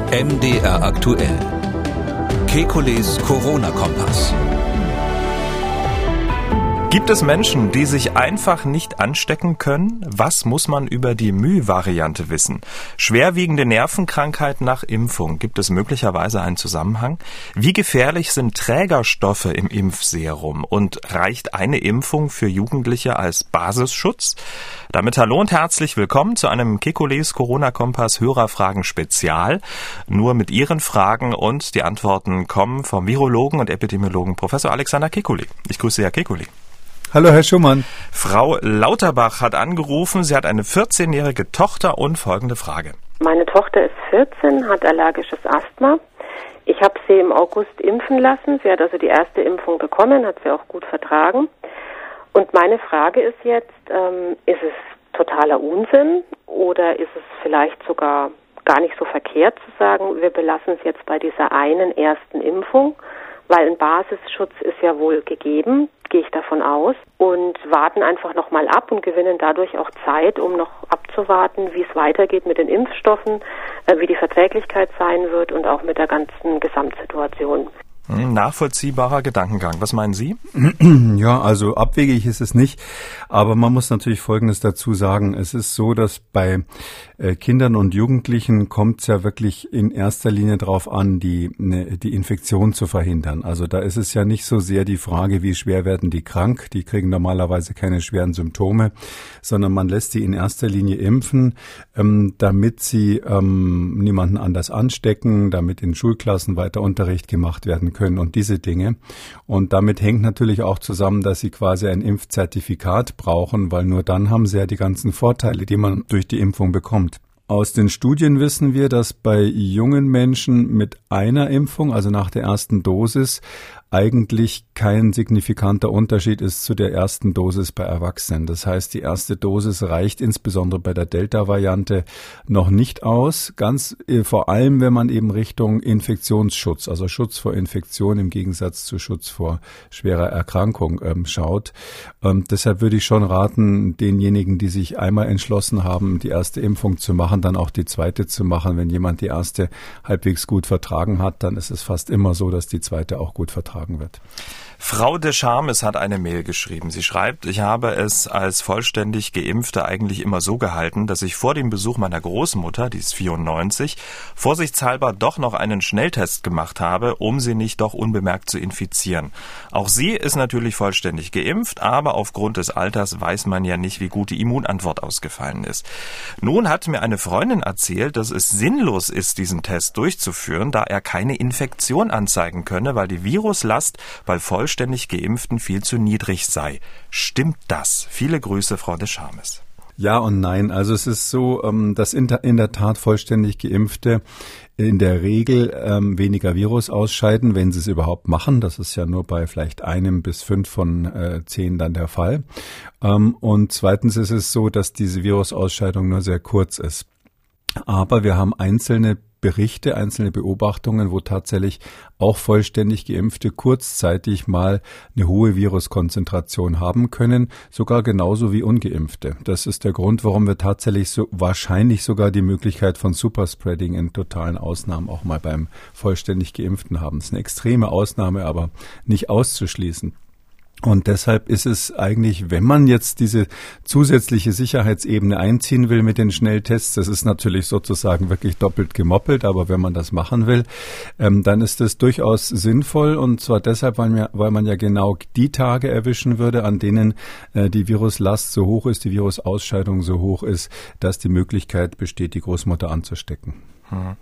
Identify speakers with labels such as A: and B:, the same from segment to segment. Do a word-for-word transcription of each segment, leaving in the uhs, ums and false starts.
A: M D R aktuell. Kekules Corona-Kompass.
B: Gibt es Menschen, die sich einfach nicht anstecken können? Was muss man über die Mü-Variante wissen? Schwerwiegende Nervenkrankheit nach Impfung. Gibt es möglicherweise einen Zusammenhang? Wie gefährlich sind Trägerstoffe im Impfserum? Und reicht eine Impfung für Jugendliche als Basisschutz? Damit hallo und herzlich willkommen zu einem Kekules Corona-Kompass Hörerfragen-Spezial. Nur mit Ihren Fragen und die Antworten kommen vom Virologen und Epidemiologen Professor Alexander Kekulé. Ich grüße Herr Kekulé.
C: Hallo, Herr Schumann.
B: Frau Lauterbach hat angerufen. Sie hat eine vierzehnjährige Tochter und folgende Frage.
D: Meine Tochter ist vierzehn, hat allergisches Asthma. Ich habe sie im August impfen lassen. Sie hat also die erste Impfung bekommen, hat sie auch gut vertragen. Und meine Frage ist jetzt, ähm, ist es totaler Unsinn oder ist es vielleicht sogar gar nicht so verkehrt zu sagen, wir belassen es jetzt bei dieser einen ersten Impfung, weil ein Basisschutz ist ja wohl gegeben, gehe ich davon aus, und warten einfach nochmal ab und gewinnen dadurch auch Zeit, um noch abzuwarten, wie es weitergeht mit den Impfstoffen, äh, wie die Verträglichkeit sein wird und auch mit der ganzen Gesamtsituation.
B: Nachvollziehbarer Gedankengang. Was meinen Sie?
C: Ja, also abwegig ist es nicht, aber man muss natürlich Folgendes dazu sagen. Es ist so, dass bei äh, Kindern und Jugendlichen kommt es ja wirklich in erster Linie darauf an, die, ne, die Infektion zu verhindern. Also da ist es ja nicht so sehr die Frage, wie schwer werden die krank. Die kriegen normalerweise keine schweren Symptome, sondern man lässt sie in erster Linie impfen, ähm, damit sie ähm, niemanden anders anstecken, damit in Schulklassen weiter Unterricht gemacht werden können und diese Dinge. Und damit hängt natürlich auch zusammen, dass sie quasi ein Impfzertifikat brauchen, weil nur dann haben sie ja die ganzen Vorteile, die man durch die Impfung bekommt. Aus den Studien wissen wir, dass bei jungen Menschen mit einer Impfung, also nach der ersten Dosis, eigentlich kein signifikanter Unterschied ist zu der ersten Dosis bei Erwachsenen. Das heißt, die erste Dosis reicht insbesondere bei der Delta-Variante noch nicht aus. Ganz äh, vor allem, wenn man eben Richtung Infektionsschutz, also Schutz vor Infektion im Gegensatz zu Schutz vor schwerer Erkrankung ähm, schaut. Ähm, deshalb würde ich schon raten, denjenigen, die sich einmal entschlossen haben, die erste Impfung zu machen, dann auch die zweite zu machen. Wenn jemand die erste halbwegs gut vertragen hat, dann ist es fast immer so, dass die zweite auch gut vertragen wird.
B: Frau de Charmes hat eine Mail geschrieben. Sie schreibt, ich habe es als vollständig Geimpfte eigentlich immer so gehalten, dass ich vor dem Besuch meiner Großmutter, die ist vierundneunzig, vorsichtshalber doch noch einen Schnelltest gemacht habe, um sie nicht doch unbemerkt zu infizieren. Auch sie ist natürlich vollständig geimpft, aber aufgrund des Alters weiß man ja nicht, wie gut die Immunantwort ausgefallen ist. Nun hat mir eine Freundin erzählt, dass es sinnlos ist, diesen Test durchzuführen, da er keine Infektion anzeigen könne, weil die Viruslast bei voll vollständig Geimpften viel zu niedrig sei. Stimmt das? Viele Grüße, Frau de Charmes.
C: Ja und nein. Also es ist so, dass in der Tat vollständig Geimpfte in der Regel ähm, weniger Virus ausscheiden, wenn sie es überhaupt machen. Das ist ja nur bei vielleicht einem bis fünf von äh, zehn dann der Fall. Ähm, und zweitens ist es so, dass diese Virusausscheidung nur sehr kurz ist. Aber wir haben einzelne Berichte, einzelne Beobachtungen, wo tatsächlich auch vollständig Geimpfte kurzzeitig mal eine hohe Viruskonzentration haben können, sogar genauso wie Ungeimpfte. Das ist der Grund, warum wir tatsächlich so wahrscheinlich sogar die Möglichkeit von Superspreading in totalen Ausnahmen auch mal beim vollständig Geimpften haben. Das ist eine extreme Ausnahme, aber nicht auszuschließen. Und deshalb ist es eigentlich, wenn man jetzt diese zusätzliche Sicherheitsebene einziehen will mit den Schnelltests, das ist natürlich sozusagen wirklich doppelt gemoppelt, aber wenn man das machen will, ähm, dann ist das durchaus sinnvoll, und zwar deshalb, weil, mir, weil man ja genau die Tage erwischen würde, an denen äh, die Viruslast so hoch ist, die Virusausscheidung so hoch ist, dass die Möglichkeit besteht, die Großmutter anzustecken.
B: Hm.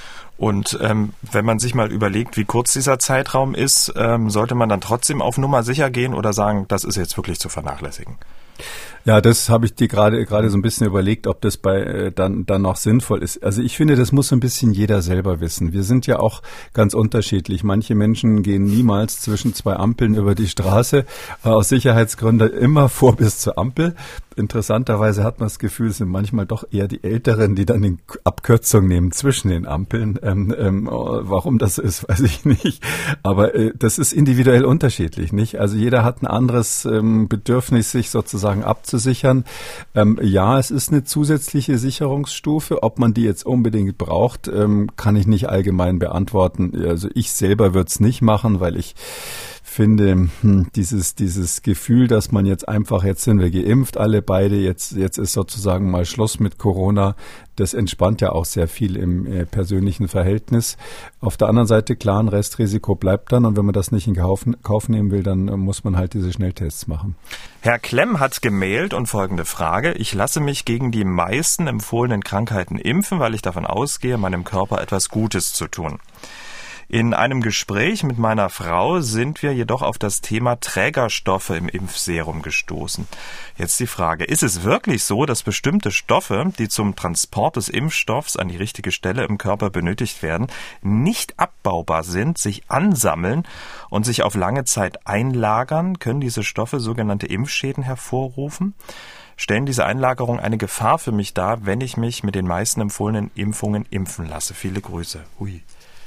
B: Und ähm, wenn man sich mal überlegt, wie kurz dieser Zeitraum ist, ähm, sollte man dann trotzdem auf Nummer sicher gehen oder sagen, das ist jetzt wirklich zu vernachlässigen?
C: Ja, das habe ich dir gerade gerade so ein bisschen überlegt, ob das bei äh, dann dann noch sinnvoll ist. Also ich finde, das muss so ein bisschen jeder selber wissen. Wir sind ja auch ganz unterschiedlich. Manche Menschen gehen niemals zwischen zwei Ampeln über die Straße, äh, aus Sicherheitsgründen immer vor bis zur Ampel. Interessanterweise hat man das Gefühl, es sind manchmal doch eher die Älteren, die dann die Abkürzung nehmen zwischen den Ampeln. Ähm, ähm, warum das ist, weiß ich nicht. Aber äh, das ist individuell unterschiedlich, nicht? Also jeder hat ein anderes ähm, Bedürfnis, sich sozusagen sozusagen abzusichern. Ähm, ja, es ist eine zusätzliche Sicherungsstufe. Ob man die jetzt unbedingt braucht, ähm, kann ich nicht allgemein beantworten. Also ich selber würde es nicht machen, weil ich finde, hm, dieses, dieses Gefühl, dass man jetzt einfach, jetzt sind wir geimpft, alle beide, jetzt, jetzt ist sozusagen mal Schluss mit Corona, das entspannt ja auch sehr viel im äh, persönlichen Verhältnis. Auf der anderen Seite, klar, ein Restrisiko bleibt dann und wenn man das nicht in Kauf, Kauf nehmen will, dann äh, muss man halt diese Schnelltests machen.
B: Herr Klemm hat gemailt und folgende Frage. Ich lasse mich gegen die meisten empfohlenen Krankheiten impfen, weil ich davon ausgehe, meinem Körper etwas Gutes zu tun. In einem Gespräch mit meiner Frau sind wir jedoch auf das Thema Trägerstoffe im Impfserum gestoßen. Jetzt die Frage, ist es wirklich so, dass bestimmte Stoffe, die zum Transport des Impfstoffs an die richtige Stelle im Körper benötigt werden, nicht abbaubar sind, sich ansammeln und sich auf lange Zeit einlagern? Können diese Stoffe sogenannte Impfschäden hervorrufen? Stellen diese Einlagerungen eine Gefahr für mich dar, wenn ich mich mit den meisten empfohlenen Impfungen impfen lasse? Viele Grüße. Hui.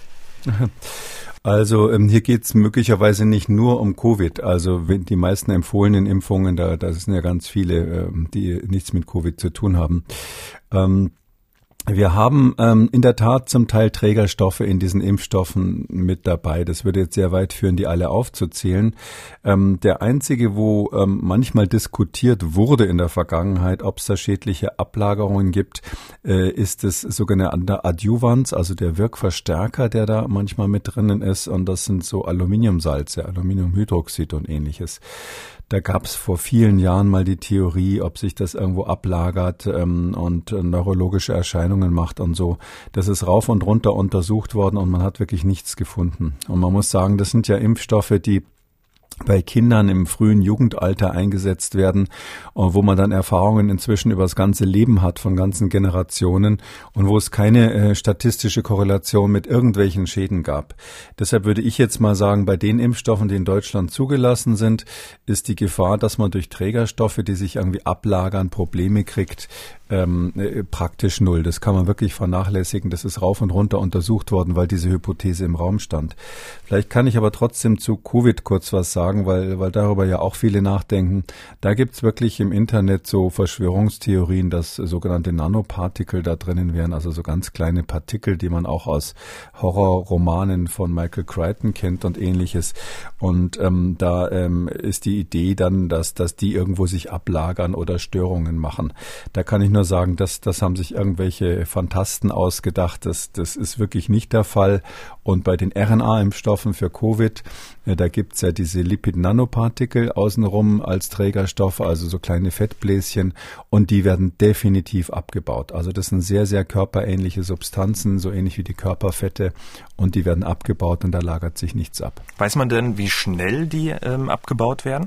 C: Also ähm, hier geht's möglicherweise nicht nur um Covid. Also wenn die meisten empfohlenen Impfungen, da, da sind ja ganz viele, ähm, die nichts mit Covid zu tun haben. Ähm, Wir haben ähm, in der Tat zum Teil Trägerstoffe in diesen Impfstoffen mit dabei. Das würde jetzt sehr weit führen, die alle aufzuzählen. Ähm, der einzige, wo ähm, manchmal diskutiert wurde in der Vergangenheit, ob es da schädliche Ablagerungen gibt, äh, ist das sogenannte Adjuvans, also der Wirkverstärker, der da manchmal mit drinnen ist. Und das sind so Aluminiumsalze, Aluminiumhydroxid und ähnliches. Da gab es vor vielen Jahren mal die Theorie, ob sich das irgendwo ablagert ähm, und äh, neurologische Erscheinungen macht und so. Das ist rauf und runter untersucht worden und man hat wirklich nichts gefunden. Und man muss sagen, das sind ja Impfstoffe, die bei Kindern im frühen Jugendalter eingesetzt werden, wo man dann Erfahrungen inzwischen über das ganze Leben hat von ganzen Generationen und wo es keine äh, statistische Korrelation mit irgendwelchen Schäden gab. Deshalb würde ich jetzt mal sagen, bei den Impfstoffen, die in Deutschland zugelassen sind, ist die Gefahr, dass man durch Trägerstoffe, die sich irgendwie ablagern, Probleme kriegt, ähm, äh, praktisch null. Das kann man wirklich vernachlässigen. Das ist rauf und runter untersucht worden, weil diese Hypothese im Raum stand. Vielleicht kann ich aber trotzdem zu Covid kurz was sagen, weil, weil darüber ja auch viele nachdenken. Da gibt's wirklich im Internet so Verschwörungstheorien, dass sogenannte Nanopartikel da drinnen wären, also so ganz kleine Partikel, die man auch aus Horrorromanen von Michael Crichton kennt und ähnliches. Und ähm, da ähm, ist die Idee dann, dass, dass die irgendwo sich ablagern oder Störungen machen. Da kann ich nur sagen, dass, das haben sich irgendwelche Phantasten ausgedacht. Das, das ist wirklich nicht der Fall. Und bei den R N A-Impfstoffen für Covid, äh, da gibt's ja diese Lipid-Nanopartikel außenrum als Trägerstoffe, also so kleine Fettbläschen, und die werden definitiv abgebaut. Also das sind sehr, sehr körperähnliche Substanzen, so ähnlich wie die Körperfette, und die werden abgebaut und da lagert sich nichts ab.
B: Weiß man denn, wie schnell die ähm, abgebaut werden?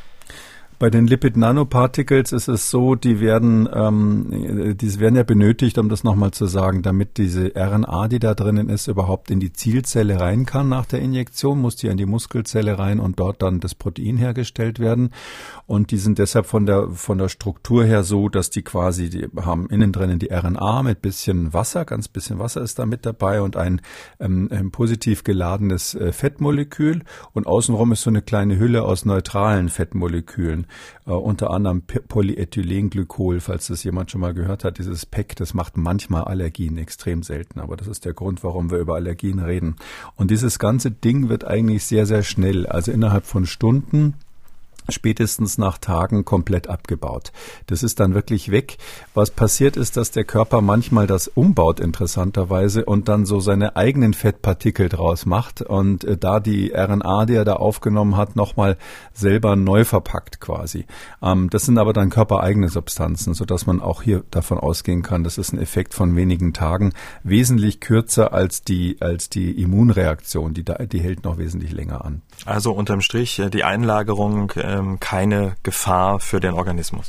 C: Bei den Lipid-Nanoparticles ist es so, die werden, ähm, die werden ja benötigt, um das nochmal zu sagen, damit diese R N A, die da drinnen ist, überhaupt in die Zielzelle rein kann nach der Injektion, muss die in die Muskelzelle rein und dort dann das Protein hergestellt werden. Und die sind deshalb von der von der Struktur her so, dass die quasi, die haben innen drinnen die R N A mit bisschen Wasser, ganz bisschen Wasser ist da mit dabei und ein, ähm, ein positiv geladenes äh, Fettmolekül und außenrum ist so eine kleine Hülle aus neutralen Fettmolekülen. Uh, unter anderem P- Polyethylenglykol, falls das jemand schon mal gehört hat, dieses P E C, das macht manchmal Allergien, extrem selten, aber das ist der Grund, warum wir über Allergien reden. Und dieses ganze Ding wird eigentlich sehr, sehr schnell, also innerhalb von Stunden, spätestens nach Tagen komplett abgebaut. Das ist dann wirklich weg. Was passiert ist, dass der Körper manchmal das umbaut interessanterweise und dann so seine eigenen Fettpartikel draus macht und äh, da die R N A, die er da aufgenommen hat, nochmal selber neu verpackt quasi. Ähm, das sind aber dann körpereigene Substanzen, sodass man auch hier davon ausgehen kann, das ist ein Effekt von wenigen Tagen, wesentlich kürzer als die als die Immunreaktion, die, da, die hält noch wesentlich länger an.
B: Also unterm Strich die Einlagerung äh, keine Gefahr für den Organismus.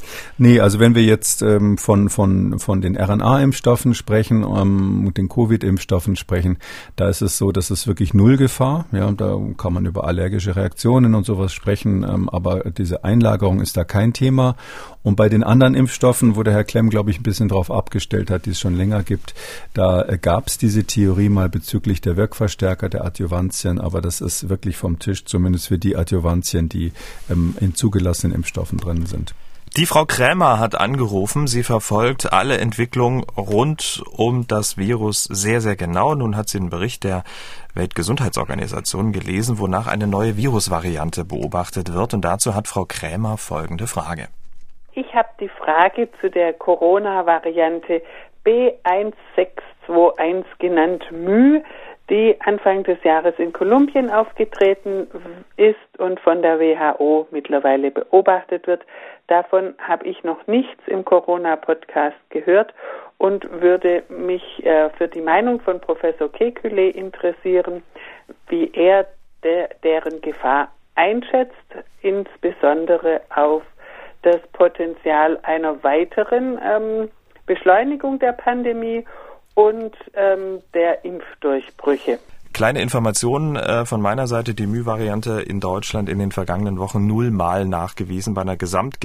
C: Nee, also wenn wir jetzt ähm, von von von den R N A-Impfstoffen sprechen, ähm, den Covid-Impfstoffen sprechen, da ist es so, dass es wirklich null Gefahr. Ja, da kann man über allergische Reaktionen und sowas sprechen, ähm, aber diese Einlagerung ist da kein Thema. Und bei den anderen Impfstoffen, wo der Herr Klemm, glaube ich, ein bisschen drauf abgestellt hat, die es schon länger gibt, da äh, gab es diese Theorie mal bezüglich der Wirkverstärker, der Adjuvantien, aber das ist wirklich vom Tisch, zumindest für die Adjuvantien, die ähm, in zugelassenen Impfstoffen drin sind.
B: Die Frau Krämer hat angerufen. Sie verfolgt alle Entwicklungen rund um das Virus sehr, sehr genau. Nun hat sie einen Bericht der Weltgesundheitsorganisation gelesen, wonach eine neue Virusvariante beobachtet wird. Und dazu hat Frau Krämer folgende Frage.
E: Ich habe die Frage zu der Corona-Variante B eins sechs zwei eins genannt My, die Anfang des Jahres in Kolumbien aufgetreten ist und von der W H O mittlerweile beobachtet wird. Davon habe ich noch nichts im Corona-Podcast gehört und würde mich äh, für die Meinung von Professor Kekulé interessieren, wie er de- deren Gefahr einschätzt, insbesondere auf das Potenzial einer weiteren ähm, Beschleunigung der Pandemie und ähm, der Impfdurchbrüche.
B: Kleine Informationen äh, von meiner Seite, die My-Variante in Deutschland in den vergangenen Wochen nullmal nachgewiesen, bei einer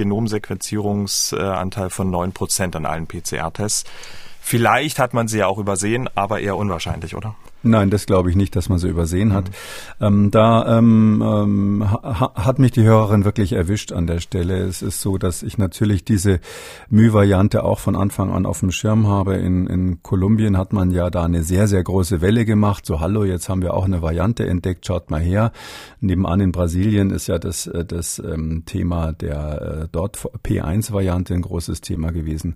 B: Gesamtgenomsequenzierungsanteil von neun Prozent an allen P C R-Tests. Vielleicht hat man sie ja auch übersehen, aber eher unwahrscheinlich, oder?
C: Nein, das glaube ich nicht, dass man sie übersehen hat. Mhm. Ähm, da ähm, ähm, ha, hat mich die Hörerin wirklich erwischt an der Stelle. Es ist so, dass ich natürlich diese My-Variante auch von Anfang an auf dem Schirm habe. In, in Kolumbien hat man ja da eine sehr, sehr große Welle gemacht. So, hallo, jetzt haben wir auch eine Variante entdeckt, schaut mal her. Nebenan in Brasilien ist ja das, das ähm, Thema der äh, dort P eins Variante ein großes Thema gewesen.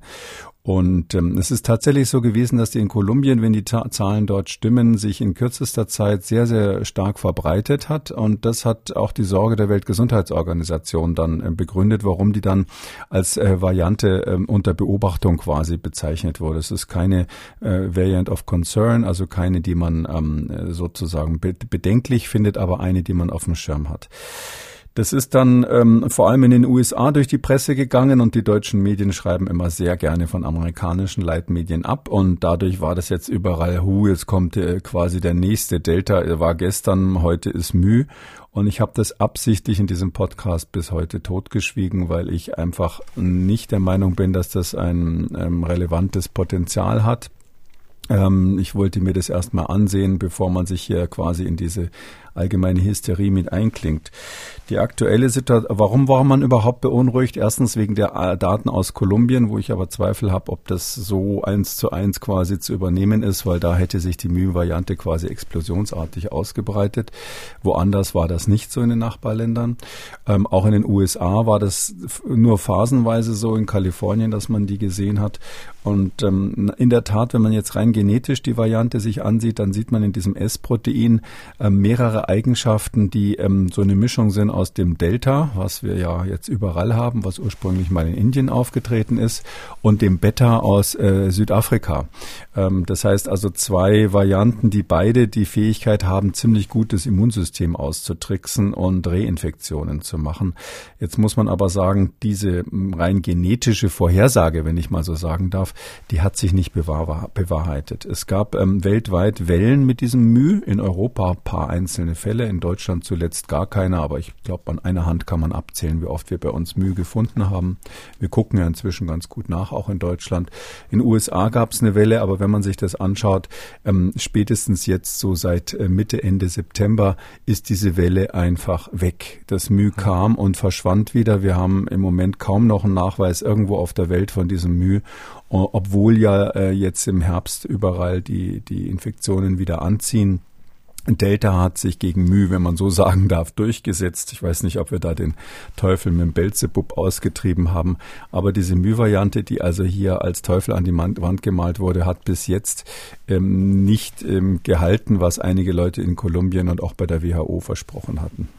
C: Und ähm, es ist tatsächlich so gewesen, dass die in Kolumbien, wenn die Ta- Zahlen dort stimmen, sich in kürzester Zeit sehr, sehr stark verbreitet hat. Und das hat auch die Sorge der Weltgesundheitsorganisation dann äh, begründet, warum die dann als äh, Variante äh, unter Beobachtung quasi bezeichnet wurde. Es ist keine äh, Variant of Concern, also keine, die man ähm, sozusagen be- bedenklich findet, aber eine, die man auf dem Schirm hat. Das ist dann ähm, vor allem in den U S A durch die Presse gegangen und die deutschen Medien schreiben immer sehr gerne von amerikanischen Leitmedien ab und dadurch war das jetzt überall, hu, jetzt kommt äh, quasi der nächste Delta, war gestern, heute ist My und ich habe das absichtlich in diesem Podcast bis heute totgeschwiegen, weil ich einfach nicht der Meinung bin, dass das ein ähm, relevantes Potenzial hat. Ähm, ich wollte mir das erstmal ansehen, bevor man sich hier quasi in diese allgemeine Hysterie mit einklingt. Die aktuelle Situation, warum war man überhaupt beunruhigt? Erstens wegen der Daten aus Kolumbien, wo ich aber Zweifel habe, ob das so eins zu eins quasi zu übernehmen ist, weil da hätte sich die My-Variante quasi explosionsartig ausgebreitet. Woanders war das nicht so in den Nachbarländern. Ähm, auch in den U S A war das nur phasenweise so, in Kalifornien, dass man die gesehen hat. Und ähm, in der Tat, wenn man jetzt rein genetisch die Variante sich ansieht, dann sieht man in diesem S-Protein äh, mehrere Eigenschaften, die ähm, so eine Mischung sind aus dem Delta, was wir ja jetzt überall haben, was ursprünglich mal in Indien aufgetreten ist, und dem Beta aus äh, Südafrika. Ähm, das heißt also zwei Varianten, die beide die Fähigkeit haben, ziemlich gut das Immunsystem auszutricksen und Reinfektionen zu machen. Jetzt muss man aber sagen, diese rein genetische Vorhersage, wenn ich mal so sagen darf, die hat sich nicht bewahr- bewahrheitet. Es gab ähm, weltweit Wellen mit diesem My, in Europa ein paar einzelne Fälle, in Deutschland zuletzt gar keine, aber ich glaube, an einer Hand kann man abzählen, wie oft wir bei uns My gefunden haben. Wir gucken ja inzwischen ganz gut nach, auch in Deutschland. In den U S A gab es eine Welle, aber wenn man sich das anschaut, ähm, spätestens jetzt so seit äh, Mitte, Ende September ist diese Welle einfach weg. Das My kam und verschwand wieder. Wir haben im Moment kaum noch einen Nachweis irgendwo auf der Welt von diesem My, obwohl ja äh, jetzt im Herbst überall die, die Infektionen wieder anziehen. Delta hat sich gegen My, wenn man so sagen darf, durchgesetzt. Ich weiß nicht, ob wir da den Teufel mit dem Belzebub ausgetrieben haben. Aber diese My-Variante, die also hier als Teufel an die Wand gemalt wurde, hat bis jetzt ähm, nicht ähm, gehalten, was einige Leute in Kolumbien und auch bei der W H O versprochen hatten.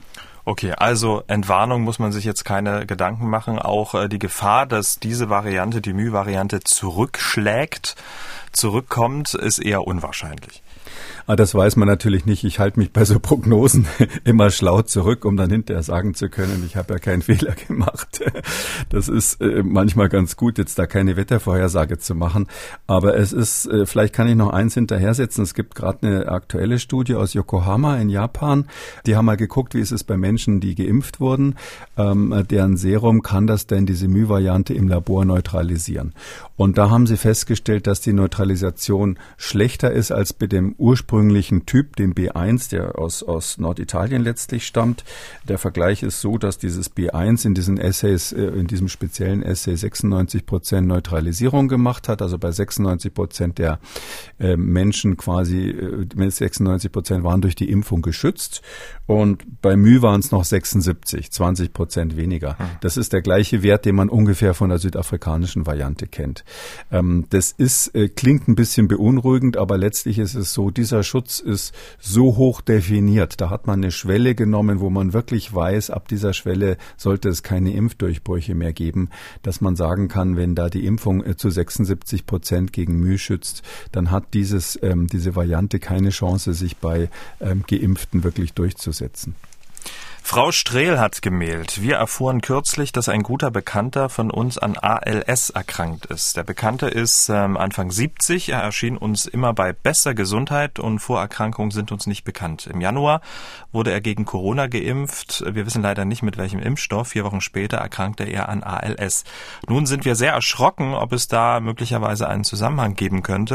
B: Okay, also Entwarnung muss man sich jetzt keine Gedanken machen. Auch äh, die Gefahr, dass diese Variante, die Mu-Variante zurückschlägt, zurückkommt, ist eher unwahrscheinlich.
C: Ah, das weiß man natürlich nicht. Ich halte mich bei so Prognosen immer schlau zurück, um dann hinterher sagen zu können, ich habe ja keinen Fehler gemacht. Das ist äh, manchmal ganz gut, jetzt da keine Wettervorhersage zu machen. Aber es ist, äh, vielleicht kann ich noch eins hinterhersetzen. Es gibt gerade eine aktuelle Studie aus Yokohama in Japan. Die haben mal geguckt, wie ist es bei Menschen, die geimpft wurden. Ähm, deren Serum kann das denn, diese Mu-Variante, im Labor neutralisieren. Und da haben sie festgestellt, dass die Neutralisation schlechter ist als bei dem ursprünglichen Typ, dem B eins, der aus, aus Norditalien letztlich stammt. Der Vergleich ist so, dass dieses B eins in diesen Essays, in diesem speziellen Essay sechsundneunzig Prozent Neutralisierung gemacht hat. Also bei sechsundneunzig Prozent der äh, Menschen quasi, äh, sechsundneunzig Prozent waren durch die Impfung geschützt. Und bei Mu waren es noch sechsundsiebzig, zwanzig Prozent weniger. Das ist der gleiche Wert, den man ungefähr von der südafrikanischen Variante kennt. Ähm, das ist, äh, klingt ein bisschen beunruhigend, aber letztlich ist es so, dieser Schutz ist so hoch definiert. Da hat man eine Schwelle genommen, wo man wirklich weiß, ab dieser Schwelle sollte es keine Impfdurchbrüche mehr geben, dass man sagen kann, wenn da die Impfung äh, zu sechsundsiebzig Prozent gegen Mu schützt, dann hat dieses, ähm, diese Variante keine Chance, sich bei ähm, Geimpften wirklich durchzusetzen.
B: Frau Strehl hat gemailt. Wir erfuhren kürzlich, dass ein guter Bekannter von uns an A L S erkrankt ist. Der Bekannte ist ähm, Anfang siebzig. Er erschien uns immer bei bester Gesundheit und Vorerkrankungen sind uns nicht bekannt. Im Januar wurde er gegen Corona geimpft. Wir wissen leider nicht, mit welchem Impfstoff. Vier Wochen später erkrankte er an A L S. Nun sind wir sehr erschrocken, ob es da möglicherweise einen Zusammenhang geben könnte.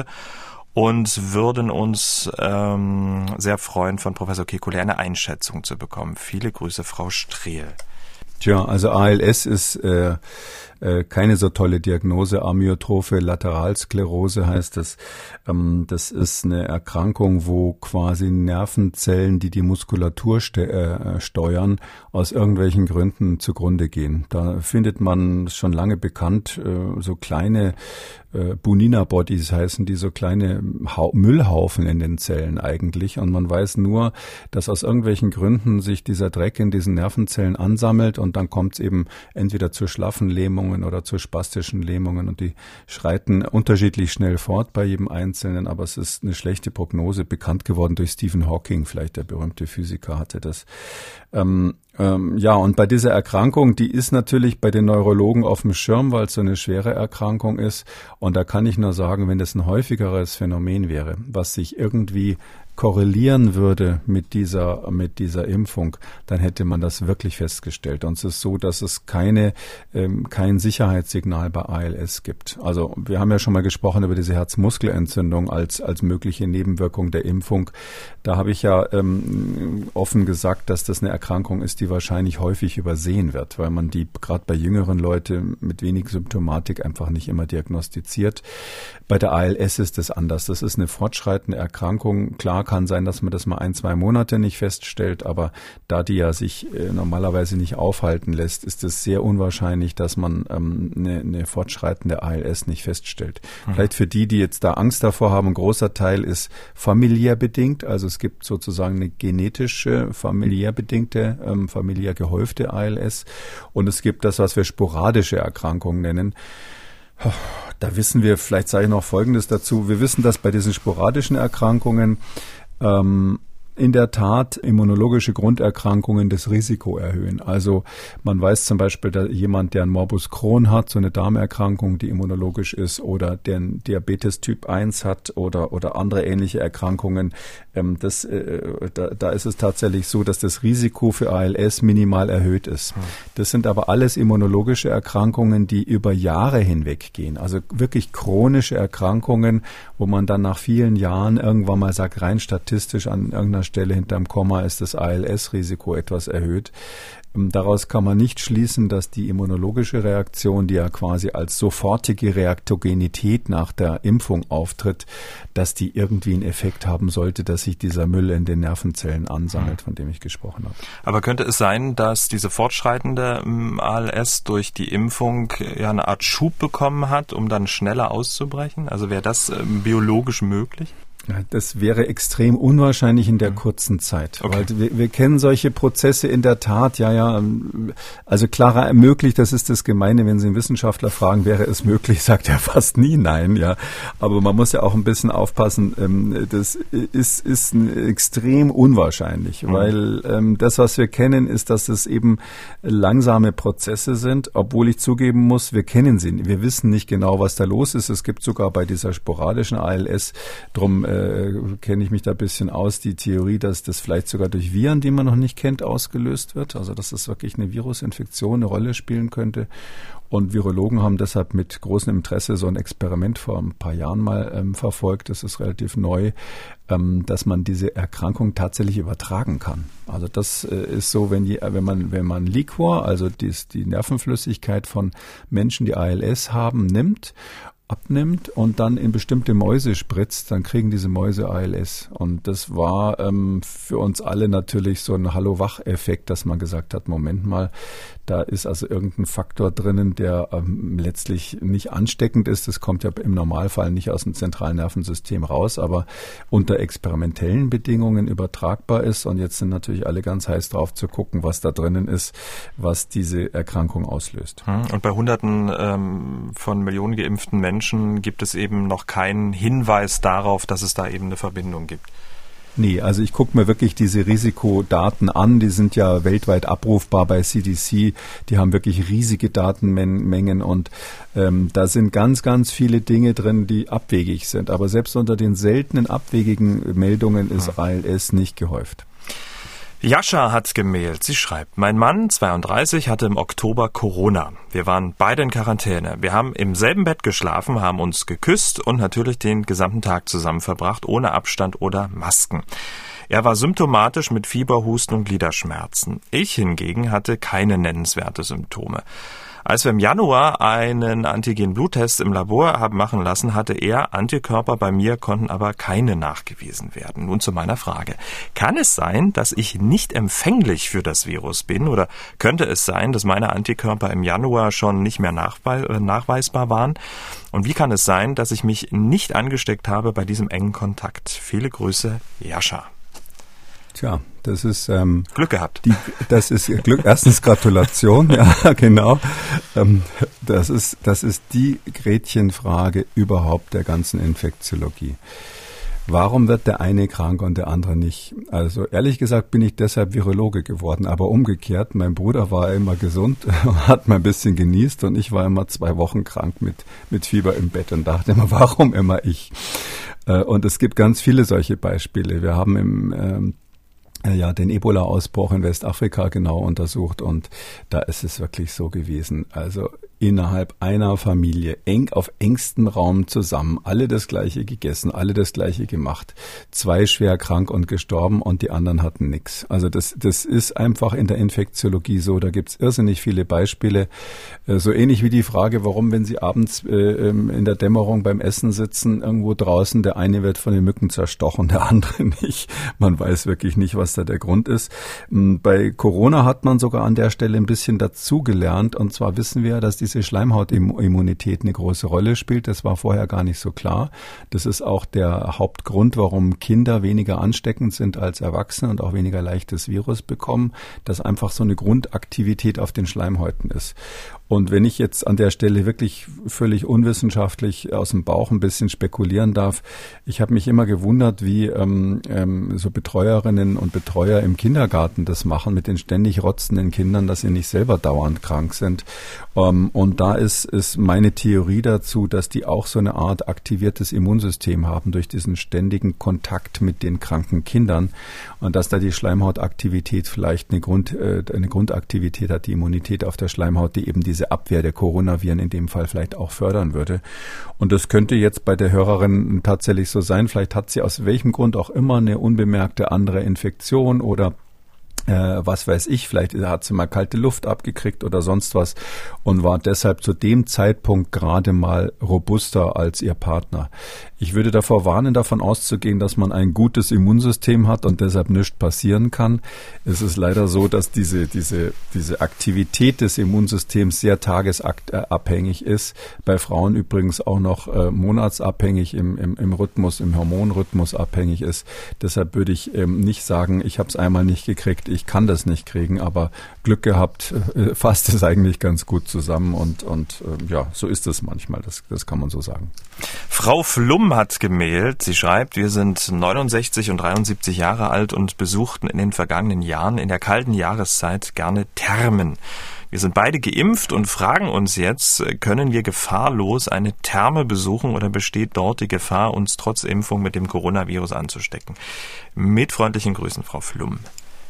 B: Und würden uns ähm, sehr freuen, von Professor Kekulé eine Einschätzung zu bekommen. Viele Grüße, Frau Strehl.
C: Tja, also A L S ist äh, äh, keine so tolle Diagnose. Amyotrophe Lateralsklerose heißt das. Ähm, das ist eine Erkrankung, wo quasi Nervenzellen, die die Muskulatur ste- äh, steuern, aus irgendwelchen Gründen zugrunde gehen. Da findet man schon lange bekannt, äh, so kleine äh, Bunina-Bodies heißen die, so kleine ha- Müllhaufen in den Zellen eigentlich. Und man weiß nur, dass aus irgendwelchen Gründen sich dieser Dreck in diesen Nervenzellen ansammelt und dann kommt es eben entweder zu schlaffen Lähmungen oder zu spastischen Lähmungen und die schreiten unterschiedlich schnell fort bei jedem Einzelnen, aber es ist eine schlechte Prognose, bekannt geworden durch Stephen Hawking, vielleicht der berühmte Physiker hatte das. Ähm, ähm, ja, und bei dieser Erkrankung, die ist natürlich bei den Neurologen auf dem Schirm, weil es so eine schwere Erkrankung ist und da kann ich nur sagen, wenn das ein häufigeres Phänomen wäre, was sich irgendwie korrelieren würde mit dieser mit dieser Impfung, dann hätte man das wirklich festgestellt. Und es ist so, dass es keine ähm, kein Sicherheitssignal bei A L S gibt. Also wir haben ja schon mal gesprochen über diese Herzmuskelentzündung als als mögliche Nebenwirkung der Impfung. Da habe ich ja ähm, offen gesagt, dass das eine Erkrankung ist, die wahrscheinlich häufig übersehen wird, weil man die gerade bei jüngeren Leuten mit wenig Symptomatik einfach nicht immer diagnostiziert. Bei der A L S ist das anders. Das ist eine fortschreitende Erkrankung. Klar kann sein, dass man das mal ein, zwei Monate nicht feststellt, aber da die ja sich äh, normalerweise nicht aufhalten lässt, ist es sehr unwahrscheinlich, dass man ähm, eine, eine fortschreitende A L S nicht feststellt. Mhm. Vielleicht für die, die jetzt da Angst davor haben, ein großer Teil ist familiär bedingt, also es gibt sozusagen eine genetische, familiär bedingte, ähm, familiär gehäufte A L S und es gibt das, was wir sporadische Erkrankungen nennen. Da wissen wir, vielleicht sage ich noch Folgendes dazu. Wir wissen, dass bei diesen sporadischen Erkrankungen ähm, in der Tat immunologische Grunderkrankungen das Risiko erhöhen. Also man weiß zum Beispiel, dass jemand, der einen Morbus Crohn hat, so eine Darmerkrankung, die immunologisch ist, oder der einen Diabetes Typ eins hat oder oder andere ähnliche Erkrankungen, ähm, das, äh, da, da ist es tatsächlich so, dass das Risiko für A L S minimal erhöht ist. Hm. Das sind aber alles immunologische Erkrankungen, die über Jahre hinweg gehen. Also wirklich chronische Erkrankungen, wo man dann nach vielen Jahren irgendwann mal sagt, rein statistisch an irgendeiner Stelle hinterm Komma ist das A L S-Risiko etwas erhöht. Daraus kann man nicht schließen, dass die immunologische Reaktion, die ja quasi als sofortige Reaktogenität nach der Impfung auftritt, dass die irgendwie einen Effekt haben sollte, dass sich dieser Müll in den Nervenzellen ansammelt, von dem ich gesprochen habe.
B: Aber könnte es sein, dass diese fortschreitende A L S durch die Impfung ja eine Art Schub bekommen hat, um dann schneller auszubrechen? Also wäre das äh, biologisch möglich?
C: Das wäre extrem unwahrscheinlich in der kurzen Zeit. Okay. Weil wir, wir kennen solche Prozesse in der Tat, ja, ja, also klarer möglich, das ist das Gemeine, wenn Sie einen Wissenschaftler fragen, wäre es möglich, sagt er fast nie nein, ja. Aber man muss ja auch ein bisschen aufpassen, das ist, ist extrem unwahrscheinlich, mhm. weil ähm, das, was wir kennen, ist, dass es eben langsame Prozesse sind, obwohl ich zugeben muss, wir kennen sie, wir wissen nicht genau, was da los ist. Es gibt sogar bei dieser sporadischen A L S, drum äh, kenne ich mich da ein bisschen aus, die Theorie, dass das vielleicht sogar durch Viren, die man noch nicht kennt, ausgelöst wird. Also dass das wirklich eine Virusinfektion eine Rolle spielen könnte. Und Virologen haben deshalb mit großem Interesse so ein Experiment vor ein paar Jahren mal ähm, verfolgt. Das ist relativ neu, ähm, dass man diese Erkrankung tatsächlich übertragen kann. Also das äh, ist so, wenn, die, wenn man wenn man Liquor, also dies, die Nervenflüssigkeit von Menschen, die A L S haben, nimmt, abnimmt und dann in bestimmte Mäuse spritzt, dann kriegen diese Mäuse A L S. Und das war ähm, für uns alle natürlich so ein Hallo-Wach-Effekt, dass man gesagt hat, Moment mal, da ist also irgendein Faktor drinnen, der ähm, letztlich nicht ansteckend ist. Das kommt ja im Normalfall nicht aus dem zentralen Nervensystem raus, aber unter experimentellen Bedingungen übertragbar ist. Und jetzt sind natürlich alle ganz heiß drauf zu gucken, was da drinnen ist, was diese Erkrankung auslöst.
B: Und bei Hunderten ähm, von Millionen geimpften Menschen gibt es eben noch keinen Hinweis darauf, dass es da eben eine Verbindung gibt.
C: Nee, also ich gucke mir wirklich diese Risikodaten an, die sind ja weltweit abrufbar bei C D C, die haben wirklich riesige Datenmengen und ähm, da sind ganz, ganz viele Dinge drin, die abwegig sind. Aber selbst unter den seltenen abwegigen Meldungen ist A L S nicht gehäuft.
B: Jascha hat gemailt. Sie schreibt, mein Mann, zweiunddreißig, hatte im Oktober Corona. Wir waren beide in Quarantäne. Wir haben im selben Bett geschlafen, haben uns geküsst und natürlich den gesamten Tag zusammen verbracht, ohne Abstand oder Masken. Er war symptomatisch mit Fieber, Husten und Gliederschmerzen. Ich hingegen hatte keine nennenswerte Symptome. Als wir im Januar einen Antigen-Bluttest im Labor haben machen lassen, hatte er Antikörper, bei mir konnten aber keine nachgewiesen werden. Nun zu meiner Frage. Kann es sein, dass ich nicht empfänglich für das Virus bin oder könnte es sein, dass meine Antikörper im Januar schon nicht mehr nachwe- nachweisbar waren? Und wie kann es sein, dass ich mich nicht angesteckt habe bei diesem engen Kontakt? Viele Grüße, Jascha.
C: Tja, das ist ähm,
B: Glück gehabt.
C: Die, das ist Glück. Erstens Gratulation, ja genau. Ähm, das ist das ist die Gretchenfrage überhaupt der ganzen Infektiologie. Warum wird der eine krank und der andere nicht? Also ehrlich gesagt bin ich deshalb Virologe geworden, aber umgekehrt. Mein Bruder war immer gesund, hat mal ein bisschen genießt und ich war immer zwei Wochen krank mit mit Fieber im Bett und dachte immer, warum immer ich? Äh, und es gibt ganz viele solche Beispiele. Wir haben im ähm, ja, den Ebola-Ausbruch in Westafrika genau untersucht und da ist es wirklich so gewesen. Also innerhalb einer Familie, eng auf engstem Raum zusammen, alle das Gleiche gegessen, alle das Gleiche gemacht, zwei schwer krank und gestorben und die anderen hatten nichts. Also das, das ist einfach in der Infektiologie so, da gibt's irrsinnig viele Beispiele. So ähnlich wie die Frage, warum, wenn Sie abends äh, in der Dämmerung beim Essen sitzen, irgendwo draußen, der eine wird von den Mücken zerstochen, der andere nicht. Man weiß wirklich nicht, was da der Grund ist. Bei Corona hat man sogar an der Stelle ein bisschen dazugelernt und zwar wissen wir, dass diese Schleimhautimmunität eine große Rolle spielt. Das war vorher gar nicht so klar. Das ist auch der Hauptgrund, warum Kinder weniger ansteckend sind als Erwachsene und auch weniger leichtes Virus bekommen, dass einfach so eine Grundaktivität auf den Schleimhäuten ist. Und wenn ich jetzt an der Stelle wirklich völlig unwissenschaftlich aus dem Bauch ein bisschen spekulieren darf, ich habe mich immer gewundert, wie ähm, ähm, so Betreuerinnen und Betreuer im Kindergarten das machen mit den ständig rotzenden Kindern, dass sie nicht selber dauernd krank sind. Ähm, und da ist, ist meine Theorie dazu, dass die auch so eine Art aktiviertes Immunsystem haben durch diesen ständigen Kontakt mit den kranken Kindern und dass da die Schleimhautaktivität vielleicht eine, Grund, äh, eine Grundaktivität hat, die Immunität auf der Schleimhaut, die eben diese diese Abwehr der Coronaviren in dem Fall vielleicht auch fördern würde. Und das könnte jetzt bei der Hörerin tatsächlich so sein. Vielleicht hat sie aus welchem Grund auch immer eine unbemerkte andere Infektion oder Äh, was weiß ich, vielleicht hat sie mal kalte Luft abgekriegt oder sonst was und war deshalb zu dem Zeitpunkt gerade mal robuster als ihr Partner. Ich würde davor warnen, davon auszugehen, dass man ein gutes Immunsystem hat und deshalb nichts passieren kann. Es ist leider so, dass diese, diese, diese Aktivität des Immunsystems sehr tagesabhängig ist. Bei Frauen übrigens auch noch äh, monatsabhängig im, im, im Rhythmus, im Hormonrhythmus abhängig ist. Deshalb würde ich ähm, nicht sagen, ich habe es einmal nicht gekriegt, ich kann das nicht kriegen, aber Glück gehabt, äh, fasst es eigentlich ganz gut zusammen und, und äh, ja, so ist es manchmal, das, das kann man so sagen.
B: Frau Flum hat gemailt. Sie schreibt, wir sind neunundsechzig und dreiundsiebzig Jahre alt und besuchten in den vergangenen Jahren in der kalten Jahreszeit gerne Thermen. Wir sind beide geimpft und fragen uns jetzt, können wir gefahrlos eine Therme besuchen oder besteht dort die Gefahr, uns trotz Impfung mit dem Coronavirus anzustecken? Mit freundlichen Grüßen, Frau Flum.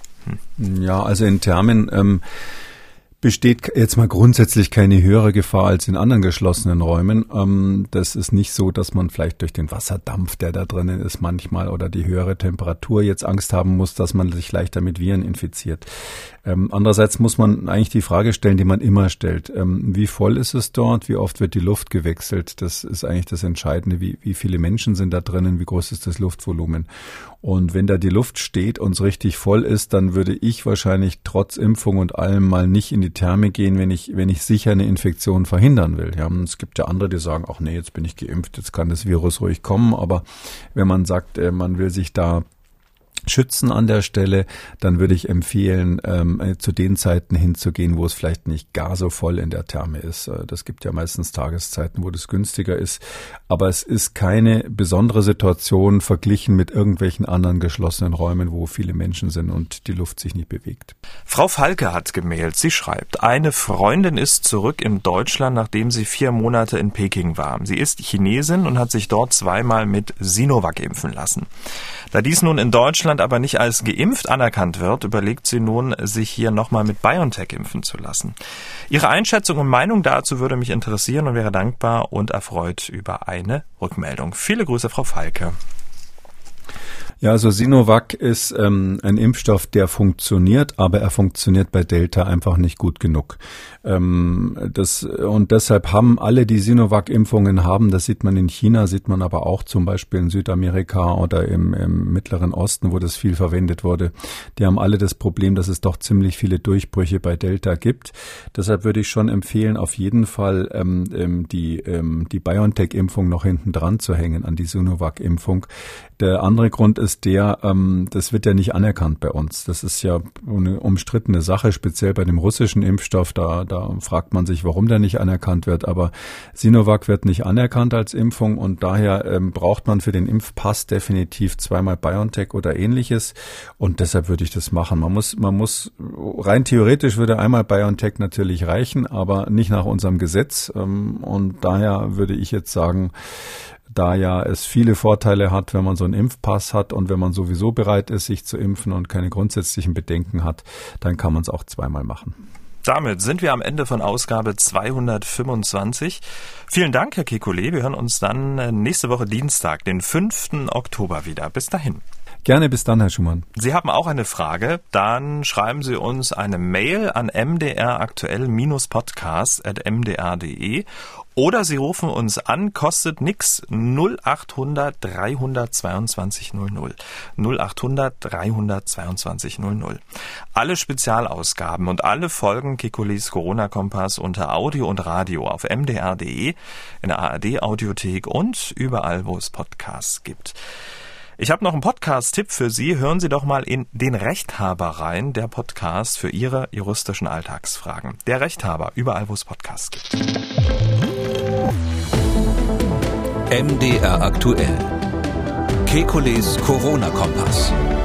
C: Hm. Ja, also in Thermen ähm, besteht jetzt mal grundsätzlich keine höhere Gefahr als in anderen geschlossenen Räumen. Ähm, das ist nicht so, dass man vielleicht durch den Wasserdampf, der da drinnen ist manchmal, oder die höhere Temperatur jetzt Angst haben muss, dass man sich leichter mit Viren infiziert. Ähm, andererseits muss man eigentlich die Frage stellen, die man immer stellt. Ähm, wie voll ist es dort? Wie oft wird die Luft gewechselt? Das ist eigentlich das Entscheidende. Wie, wie viele Menschen sind da drinnen? Wie groß ist das Luftvolumen? Und wenn da die Luft steht und es richtig voll ist, dann würde ich wahrscheinlich trotz Impfung und allem mal nicht in die Therme gehen, wenn ich, wenn ich sicher eine Infektion verhindern will. Ja, es gibt ja andere, die sagen, ach nee, jetzt bin ich geimpft, jetzt kann das Virus ruhig kommen. Aber wenn man sagt, man will sich da schützen an der Stelle, dann würde ich empfehlen, ähm, zu den Zeiten hinzugehen, wo es vielleicht nicht gar so voll in der Therme ist. Das gibt ja meistens Tageszeiten, wo das günstiger ist. Aber es ist keine besondere Situation verglichen mit irgendwelchen anderen geschlossenen Räumen, wo viele Menschen sind und die Luft sich nicht bewegt.
B: Frau Falke hat gemailt. Sie schreibt, eine Freundin ist zurück in Deutschland, nachdem sie vier Monate in Peking war. Sie ist Chinesin und hat sich dort zweimal mit Sinovac impfen lassen. Da dies nun in Deutschland aber nicht als geimpft anerkannt wird, überlegt sie nun, sich hier nochmal mit BioNTech impfen zu lassen. Ihre Einschätzung und Meinung dazu würde mich interessieren und wäre dankbar und erfreut über eine Rückmeldung. Viele Grüße, Frau Falke.
C: Ja, also Sinovac ist ähm, ein Impfstoff, der funktioniert, aber er funktioniert bei Delta einfach nicht gut genug. Ähm, das, und deshalb haben alle, die Sinovac-Impfungen haben, das sieht man in China, sieht man aber auch zum Beispiel in Südamerika oder im, im Mittleren Osten, wo das viel verwendet wurde, die haben alle das Problem, dass es doch ziemlich viele Durchbrüche bei Delta gibt. Deshalb würde ich schon empfehlen, auf jeden Fall ähm, die, ähm, die BioNTech-Impfung noch hinten dran zu hängen an die Sinovac-Impfung. Der andere Grund ist der, ähm, das wird ja nicht anerkannt bei uns. Das ist ja eine umstrittene Sache, speziell bei dem russischen Impfstoff. Da, da fragt man sich, warum der nicht anerkannt wird. Aber Sinovac wird nicht anerkannt als Impfung und daher ähm, braucht man für den Impfpass definitiv zweimal BioNTech oder Ähnliches. Und deshalb würde ich das machen. Man muss, man muss rein theoretisch würde einmal BioNTech natürlich reichen, aber nicht nach unserem Gesetz. Ähm, und daher würde ich jetzt sagen, da ja es viele Vorteile hat, wenn man so einen Impfpass hat und wenn man sowieso bereit ist, sich zu impfen und keine grundsätzlichen Bedenken hat, dann kann man es auch zweimal machen.
B: Damit sind wir am Ende von Ausgabe zweihundertfünfundzwanzig. Vielen Dank, Herr Kekulé. Wir hören uns dann nächste Woche Dienstag, den fünften Oktober wieder. Bis dahin.
C: Gerne, bis dann, Herr Schumann.
B: Sie haben auch eine Frage, dann schreiben Sie uns eine Mail an m d r aktuell podcast at m d r punkt d e oder Sie rufen uns an, kostet nix, null achthundert dreihundertzweiundzwanzig null null. null achthundert dreihundertzweiundzwanzig null null. Alle Spezialausgaben und alle Folgen Kekulés Corona-Kompass unter Audio und Radio auf m d r punkt d e, in der A R D-Audiothek und überall, wo es Podcasts gibt. Ich habe noch einen Podcast-Tipp für Sie. Hören Sie doch mal in Den Rechthaber rein, der Podcast für Ihre juristischen Alltagsfragen. Der Rechthaber, überall, wo es Podcasts gibt.
A: M D R aktuell. Kekulés Corona-Kompass.